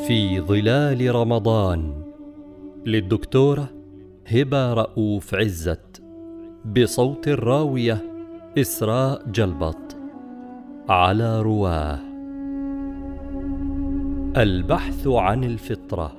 في ظلال رمضان للدكتورة هبة رؤوف عزت، بصوت الراوية إسراء جلبط. على رواه. البحث عن الفطرة.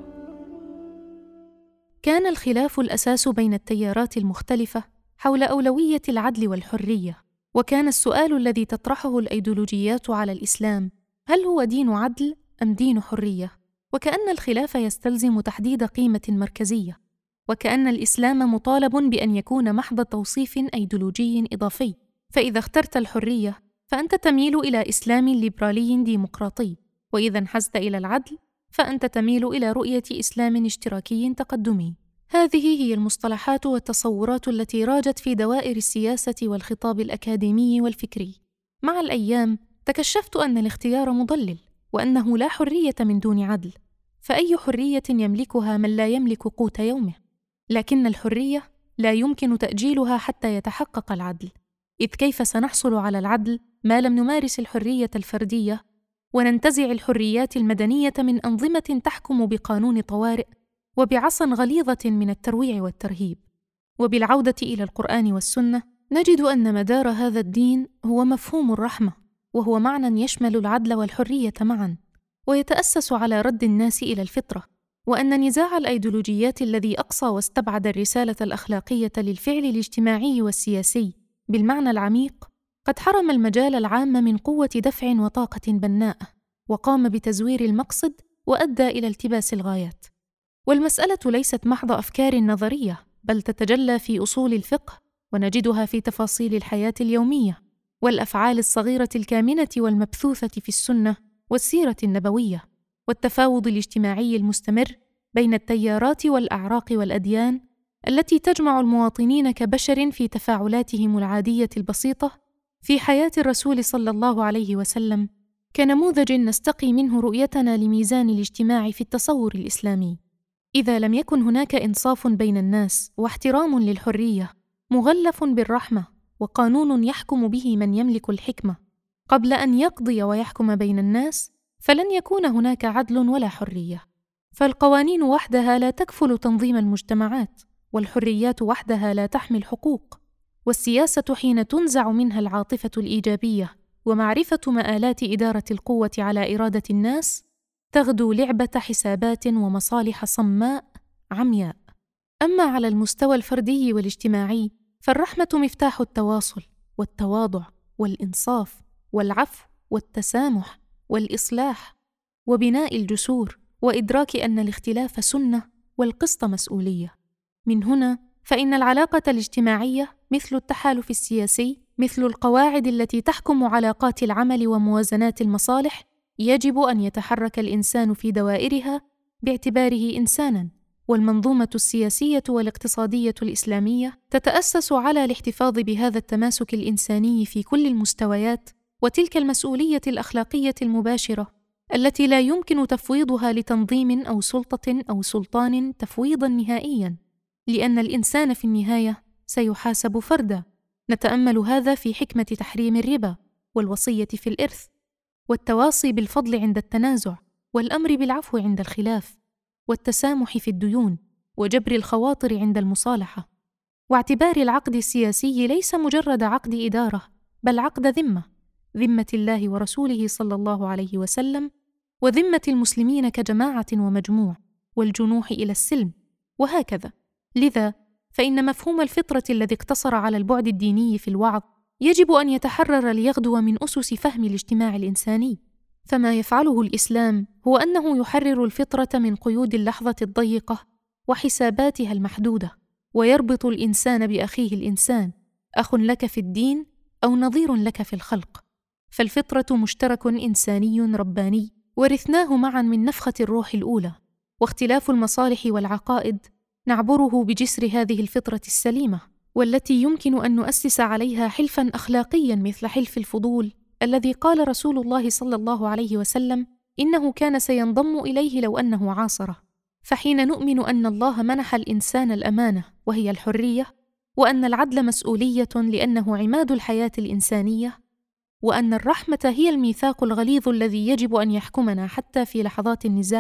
كان الخلاف الأساس بين التيارات المختلفة حول أولوية العدل والحرية، وكان السؤال الذي تطرحه الأيديولوجيات على الإسلام: هل هو دين عدل أم دين حرية؟ وكأن الخلاف يستلزم تحديد قيمة مركزية، وكأن الإسلام مطالب بأن يكون محض توصيف أيديولوجي إضافي. فإذا اخترت الحرية فأنت تميل إلى إسلام ليبرالي ديمقراطي، وإذا انحازت إلى العدل فأنت تميل إلى رؤية إسلام اشتراكي تقدمي. هذه هي المصطلحات والتصورات التي راجت في دوائر السياسة والخطاب الأكاديمي والفكري. مع الأيام تكشفت أن الاختيار مضلل، وأنه لا حرية من دون عدل، فأي حرية يملكها من لا يملك قوت يومه؟ لكن الحرية لا يمكن تأجيلها حتى يتحقق العدل، إذ كيف سنحصل على العدل ما لم نمارس الحرية الفردية وننتزع الحريات المدنية من أنظمة تحكم بقانون طوارئ وبعصا غليظة من الترويع والترهيب؟ وبالعودة إلى القرآن والسنة نجد أن مدار هذا الدين هو مفهوم الرحمة، وهو معنى يشمل العدل والحرية معاً، ويتأسس على رد الناس إلى الفطرة، وأن نزاع الأيديولوجيات الذي أقصى واستبعد الرسالة الأخلاقية للفعل الاجتماعي والسياسي بالمعنى العميق قد حرم المجال العام من قوة دفع وطاقة بناء، وقام بتزوير المقصد وأدى إلى التباس الغايات. والمسألة ليست محض أفكار نظرية، بل تتجلى في أصول الفقه، ونجدها في تفاصيل الحياة اليومية والأفعال الصغيرة الكامنة والمبثوثة في السنة والسيرة النبوية، والتفاوض الاجتماعي المستمر بين التيارات والأعراق والأديان التي تجمع المواطنين كبشر في تفاعلاتهم العادية البسيطة في حياة الرسول صلى الله عليه وسلم، كنموذج نستقي منه رؤيتنا لميزان الاجتماع في التصور الإسلامي. إذا لم يكن هناك إنصاف بين الناس واحترام للحرية مغلف بالرحمة وقانون يحكم به من يملك الحكمة قبل أن يقضي ويحكم بين الناس، فلن يكون هناك عدل ولا حرية. فالقوانين وحدها لا تكفل تنظيم المجتمعات، والحريات وحدها لا تحمي الحقوق. والسياسة حين تنزع منها العاطفة الإيجابية ومعرفة مآلات إدارة القوة على إرادة الناس، تغدو لعبة حسابات ومصالح صماء عمياء. أما على المستوى الفردي والاجتماعي فالرحمة مفتاح التواصل والتواضع والإنصاف والعفو والتسامح والإصلاح وبناء الجسور، وإدراك أن الاختلاف سنة والقسط مسؤولية. من هنا فإن العلاقة الاجتماعية مثل التحالف السياسي، مثل القواعد التي تحكم علاقات العمل وموازنات المصالح، يجب أن يتحرك الإنسان في دوائرها باعتباره إنساناً. والمنظومة السياسية والاقتصادية الإسلامية تتأسس على الاحتفاظ بهذا التماسك الإنساني في كل المستويات، وتلك المسؤولية الأخلاقية المباشرة التي لا يمكن تفويضها لتنظيم أو سلطة أو سلطان تفويضاً نهائياً، لأن الإنسان في النهاية سيحاسب فرداً. نتأمل هذا في حكمة تحريم الربا، والوصية في الإرث، والتواصي بالفضل عند التنازع، والأمر بالعفو عند الخلاف، والتسامح في الديون، وجبر الخواطر عند المصالحة، واعتبار العقد السياسي ليس مجرد عقد إدارة، بل عقد ذمة الله ورسوله صلى الله عليه وسلم، وذمة المسلمين كجماعة ومجموع، والجنوح إلى السلم، وهكذا. لذا فإن مفهوم الفطرة الذي اقتصر على البعد الديني في الوعظ يجب أن يتحرر ليغدو من أسس فهم الاجتماع الإنساني. فما يفعله الإسلام هو أنه يحرر الفطرة من قيود اللحظة الضيقة وحساباتها المحدودة، ويربط الإنسان بأخيه الإنسان، أخ لك في الدين أو نظير لك في الخلق. فالفطرة مشترك إنساني رباني ورثناه معا من نفخة الروح الأولى، واختلاف المصالح والعقائد نعبره بجسر هذه الفطرة السليمة، والتي يمكن أن نؤسس عليها حلفاً أخلاقياً مثل حلف الفضول الذي قال رسول الله صلى الله عليه وسلم إنه كان سينضم إليه لو أنه عاصره. فحين نؤمن أن الله منح الإنسان الأمانة وهي الحرية، وأن العدل مسؤولية لأنه عماد الحياة الإنسانية، وأن الرحمة هي الميثاق الغليظ الذي يجب أن يحكمنا حتى في لحظات النزاع،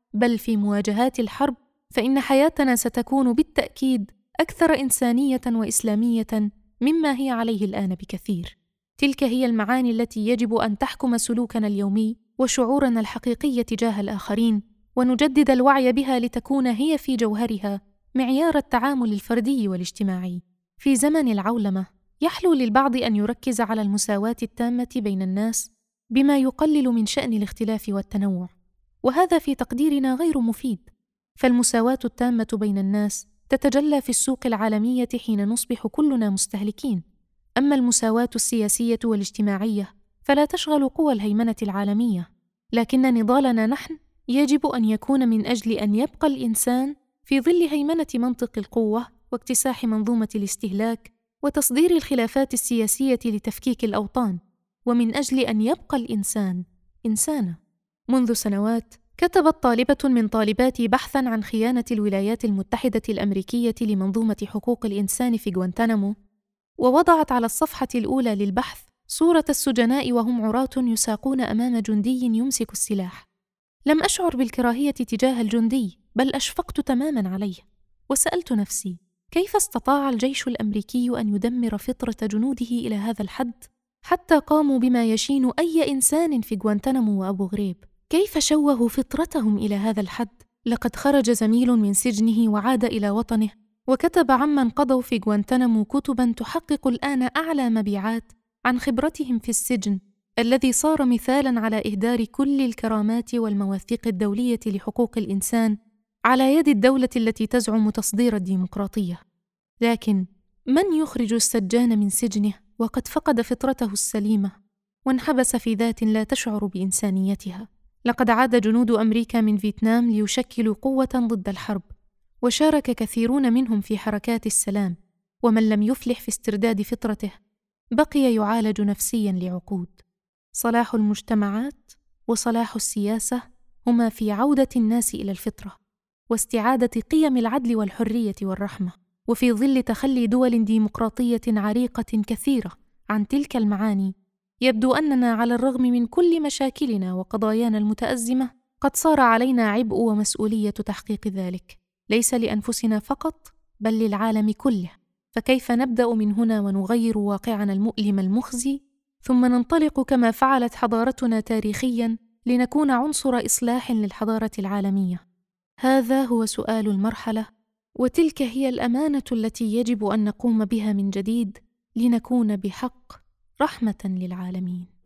بل في مواجهات الحرب، فإن حياتنا ستكون بالتأكيد أكثر إنسانية وإسلامية مما هي عليه الآن بكثير. تلك هي المعاني التي يجب أن تحكم سلوكنا اليومي وشعورنا الحقيقي تجاه الآخرين، ونجدد الوعي بها لتكون هي في جوهرها معيار التعامل الفردي والاجتماعي. في زمن العولمة يحلو للبعض أن يركز على المساواة التامة بين الناس بما يقلل من شأن الاختلاف والتنوع، وهذا في تقديرنا غير مفيد، فالمساواة التامة بين الناس تتجلى في السوق العالمية حين نصبح كلنا مستهلكين، أما المساواة السياسية والاجتماعية فلا تشغل قوى الهيمنة العالمية، لكن نضالنا نحن يجب أن يكون من أجل أن يبقى الإنسان في ظل هيمنة منطق القوة واكتساح منظومة الاستهلاك وتصدير الخلافات السياسية لتفكيك الأوطان، ومن أجل أن يبقى الإنسان إنسانا. منذ سنوات كتبت طالبة من طالباتي بحثاً عن خيانة الولايات المتحدة الأمريكية لمنظومة حقوق الإنسان في غوانتانامو، ووضعت على الصفحة الأولى للبحث صورة السجناء وهم عراة يساقون أمام جندي يمسك السلاح. لم أشعر بالكراهية تجاه الجندي، بل أشفقت تماماً عليه، وسألت نفسي: كيف استطاع الجيش الأمريكي أن يدمر فطرة جنوده إلى هذا الحد، حتى قاموا بما يشين أي إنسان في غوانتانامو وأبو غريب؟ كيف شوهوا فطرتهم إلى هذا الحد؟ لقد خرج زميل من سجنه وعاد إلى وطنه، وكتب عمن قضوا في غوانتانامو كتباً تحقق الآن أعلى مبيعات عن خبرتهم في السجن الذي صار مثالاً على إهدار كل الكرامات والمواثيق الدولية لحقوق الإنسان على يد الدولة التي تزعم تصدير الديمقراطية. لكن من يخرج السجان من سجنه وقد فقد فطرته السليمة وانحبس في ذات لا تشعر بإنسانيتها؟ لقد عاد جنود أمريكا من فيتنام ليشكلوا قوة ضد الحرب، وشارك كثيرون منهم في حركات السلام، ومن لم يفلح في استرداد فطرته بقي يعالج نفسياً لعقود. صلاح المجتمعات وصلاح السياسة هما في عودة الناس إلى الفطرة واستعادة قيم العدل والحرية والرحمة، وفي ظل تخلي دول ديمقراطية عريقة كثيرة عن تلك المعاني، يبدو أننا على الرغم من كل مشاكلنا وقضايانا المتأزمة قد صار علينا عبء ومسؤولية تحقيق ذلك، ليس لأنفسنا فقط بل للعالم كله. فكيف نبدأ من هنا ونغير واقعنا المؤلم المخزي، ثم ننطلق كما فعلت حضارتنا تاريخياً لنكون عنصر إصلاح للحضارة العالمية؟ هذا هو سؤال المرحلة، وتلك هي الأمانة التي يجب أن نقوم بها من جديد لنكون بحق رحمة للعالمين.